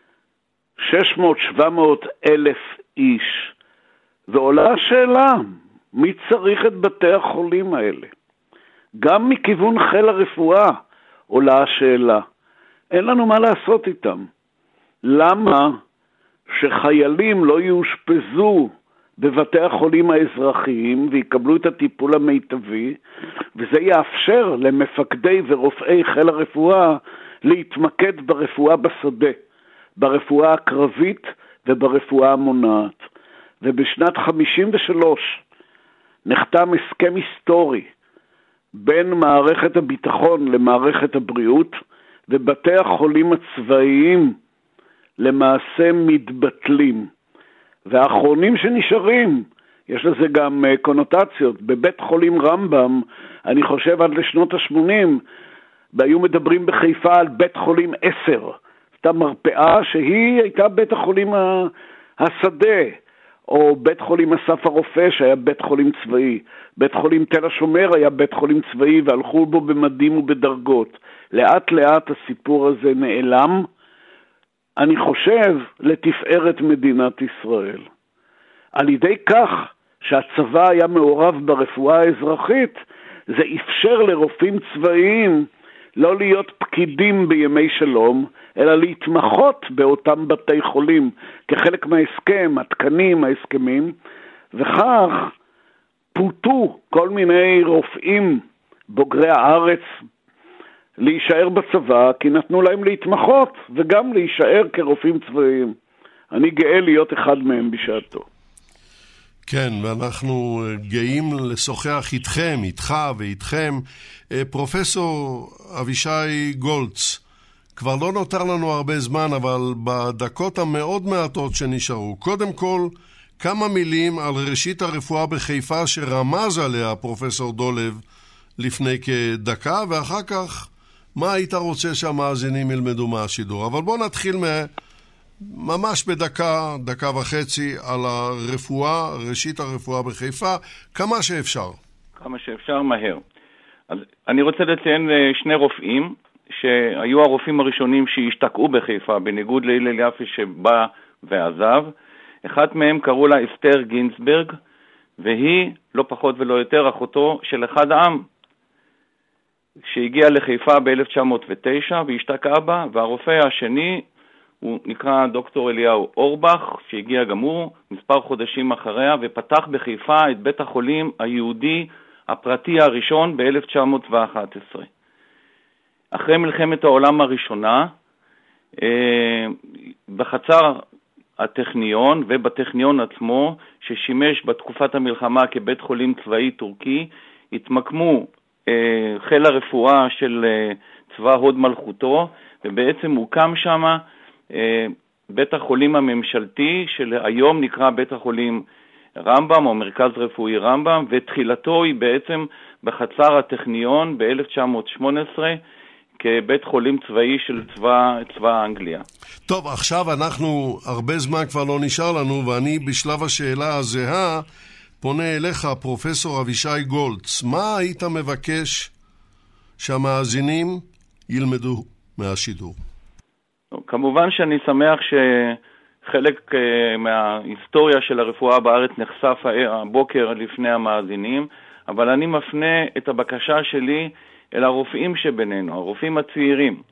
שש מאות שבע מאות אלף איש, ועולה השאלה, מי צריך את בתי החולים האלה? גם מכיוון חיל הרפואה עולה השאלה, אין לנו מה לעשות איתם. למה שחיילים לא יאושפזו בבתי החולים האזרחיים ויקבלו את הטיפול המיטבי, וזה יאפשר למפקדי ורופאי חיל הרפואה להתמקד ברפואה בשדה, ברפואה הקרבית וברפואה המונעת. ובשנת חמישים ושלוש נחתם הסכם היסטורי בין מערכת הביטחון למערכת הבריאות, ובתי החולים הצבאיים למעשה מתבטלים. והאחרונים שנשארים, יש לזה גם קונוטציות, בבית חולים רמב"ם, אני חושב עד לשנות ה-שמונים, והיו מדברים בחיפה על בית חולים עשר, הייתה מרפאה שהיא הייתה בית החולים השדה, או בית חולים אסף הרופא שהיה בית חולים צבאי, בית חולים תל השומר היה בית חולים צבאי והלכו בו במדים ובדרגות. לאט לאט הסיפור הזה נעלם, אני חושב לתפארת מדינת ישראל. על ידי כך שהצבא היה מעורב ברפואה האזרחית, זה אפשר לרופאים צבאיים לא להיות פקידים בימי שלום, אלא להתמחות באותם בתי חולים, כחלק מההסכם, התקנים, ההסכמים, וכך פוטו כל מיני רופאים בוגרי הארץ להישאר בצבא, כי נתנו להם להתמחות וגם להישאר כרופאים צבאיים. אני גאה להיות אחד מהם בשעתו. כן, ואנחנו גאים לשוחח איתכם, איתך ואיתכם. פרופסור אבישי גולץ, כבר לא נותר לנו הרבה זמן, אבל בדקות המאוד מעטות שנשארו, קודם כל, כמה מילים על ראשית הרפואה בחיפה שרמז עליה פרופסור דולב לפני כדקה, ואחר כך מה היית רוצה שהמאזינים ילמדו מהשידור. אבל בואו נתחיל מ... ממש בדקה, דקה וחצי, על הרפואה, ראשית הרפואה בחיפה, כמה שאפשר. כמה שאפשר, מהר. אז אני רוצה לציין שני רופאים, שהיו הרופאים הראשונים שהשתקעו בחיפה, בניגוד להלל יפה שבא ועזב. אחד מהם קראו לה אסתר גינסברג, והיא לא פחות ולא יותר אחותו של אחד העם, שהגיע לחיפה ב-אלף תשע מאות ותשע והשתקעה בה, והרופא השני הוא נקרא דוקטור אליהו אורבך, שהגיע גם הוא מספר חודשים אחריה, ופתח בחיפה את בית החולים היהודי הפרטי הראשון ב-אלף תשע מאות ואחת עשרה. אחרי מלחמת העולם הראשונה, בחצר הטכניון ובטכניון עצמו, ששימש בתקופת המלחמה כבית חולים צבאי טורקי, התמקמו חיל הרפואה של צבא הוד מלכותו, ובעצם הוקם שם בית החולים הממשלתי, שהיום נקרא בית החולים רמב"ם, או מרכז רפואי רמב"ם, ותחילתו היא בעצם בחצר הטכניון ב-אלף תשע מאות שמונה עשרה, כבית חולים צבאי של צבא, צבא אנגליה. טוב, עכשיו אנחנו, הרבה זמן כבר לא נשאר לנו, ואני בשלב השאלה הזהה, פונה אליך, פרופסור אבישי גולץ. מה היית מבקש שהמאזינים ילמדו מהשידור? כמובן שאני שמח שחלק מההיסטוריה של הרפואה בארץ נחשף הבוקר לפני המאזינים, אבל אני מפנה את הבקשה שלי אל הרופאים שבינינו, הרופאים הצעירים,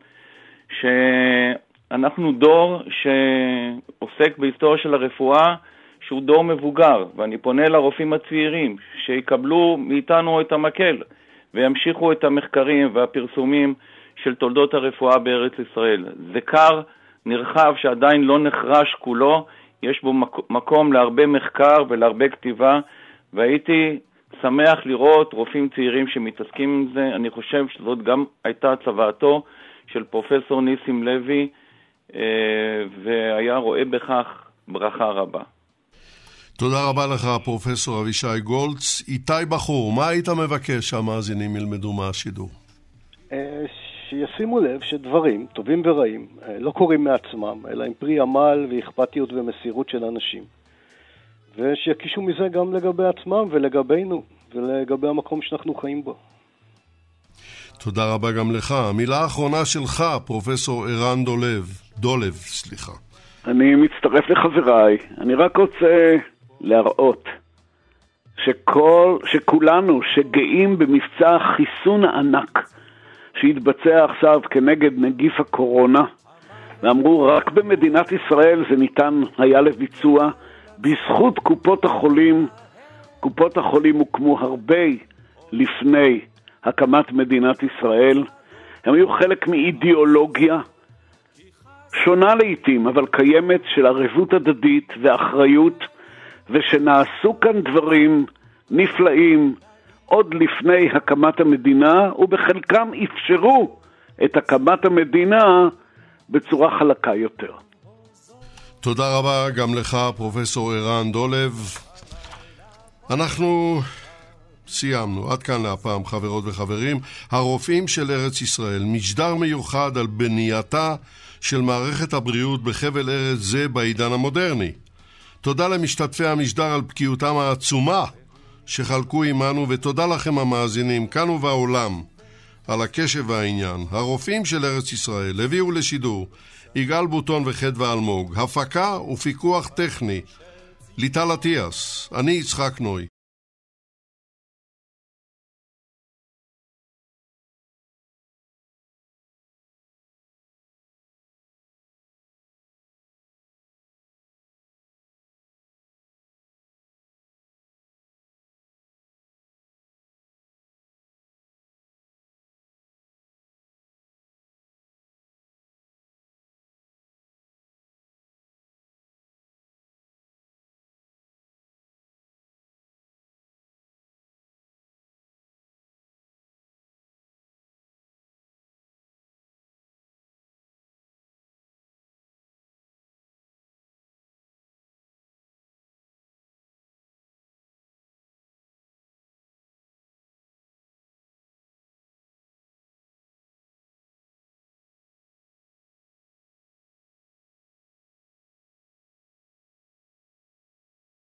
שאנחנו דור שעוסק בהיסטוריה של הרפואה שהוא דור מבוגר, ואני פונה לרופאים הצעירים שיקבלו מאיתנו את המקל וימשיכו את המחקרים והפרסומים של תולדות הרפואה בארץ ישראל. זה קר נרחב שעדיין לא נחרש כולו, יש בו מקום להרבה מחקר ולהרבה כתיבה, והייתי שמח לראות רופאים צעירים שמתעסקים עם זה. אני חושב שזאת גם הייתה צוואתו של פרופסור ניסים לוי, והיה רואה בכך ברכה רבה. תודה רבה לך, פרופסור אבישי גולץ. איתי בחור, מה היית מבקש שהמאזינים ילמדו מהשידור? שישימו לב שדברים טובים ורעים לא קורים מעצמם, אלא עם פרי עמל ואכפתיות ומסירות של אנשים. ושיקישו מזה גם לגבי עצמם ולגבינו, ולגבי המקום שאנחנו חיים בו. תודה רבה גם לך. המילה האחרונה שלך, פרופסור ערן דולב. דולב, סליחה. אני מצטרף לחבריי. אני רק רוצה להראות שכל, שכולנו שגאים במבצע החיסון הענק שהתבצע עכשיו כנגד נגיף הקורונה, ואמרו רק במדינת ישראל זה ניתן היה לביצוע, בזכות קופות החולים. קופות החולים הוקמו הרבה לפני הקמת מדינת ישראל. הם היו חלק מאידיאולוגיה שונה לעתים, אבל קיימת, של ערבות הדדית ואחריות, ושנעשו כאן דברים נפלאים עוד לפני הקמת המדינה, ובחלקם אפשרו את הקמת המדינה בצורה חלקה יותר. תודה רבה גם לך, פרופסור ערן דולב. אנחנו סיימנו. עד כאן להפעם, חברות וחברים. הרופאים של ארץ ישראל, משדר מיוחד על בנייתה של מערכת הבריאות בחבל ארץ זה בעידן המודרני. תודה למשתתפי המשדר על בקיאותם העצומה שחלקו עמנו, ותודה לכם המאזינים כאן ובעולם על הקשב והעניין. הרופאים של ארץ ישראל הביאו לשידור יגאל בוטון וחדווה אלמוג, הפקה ופיקוח טכני ליטל עטיאס, אני יצחק נוי.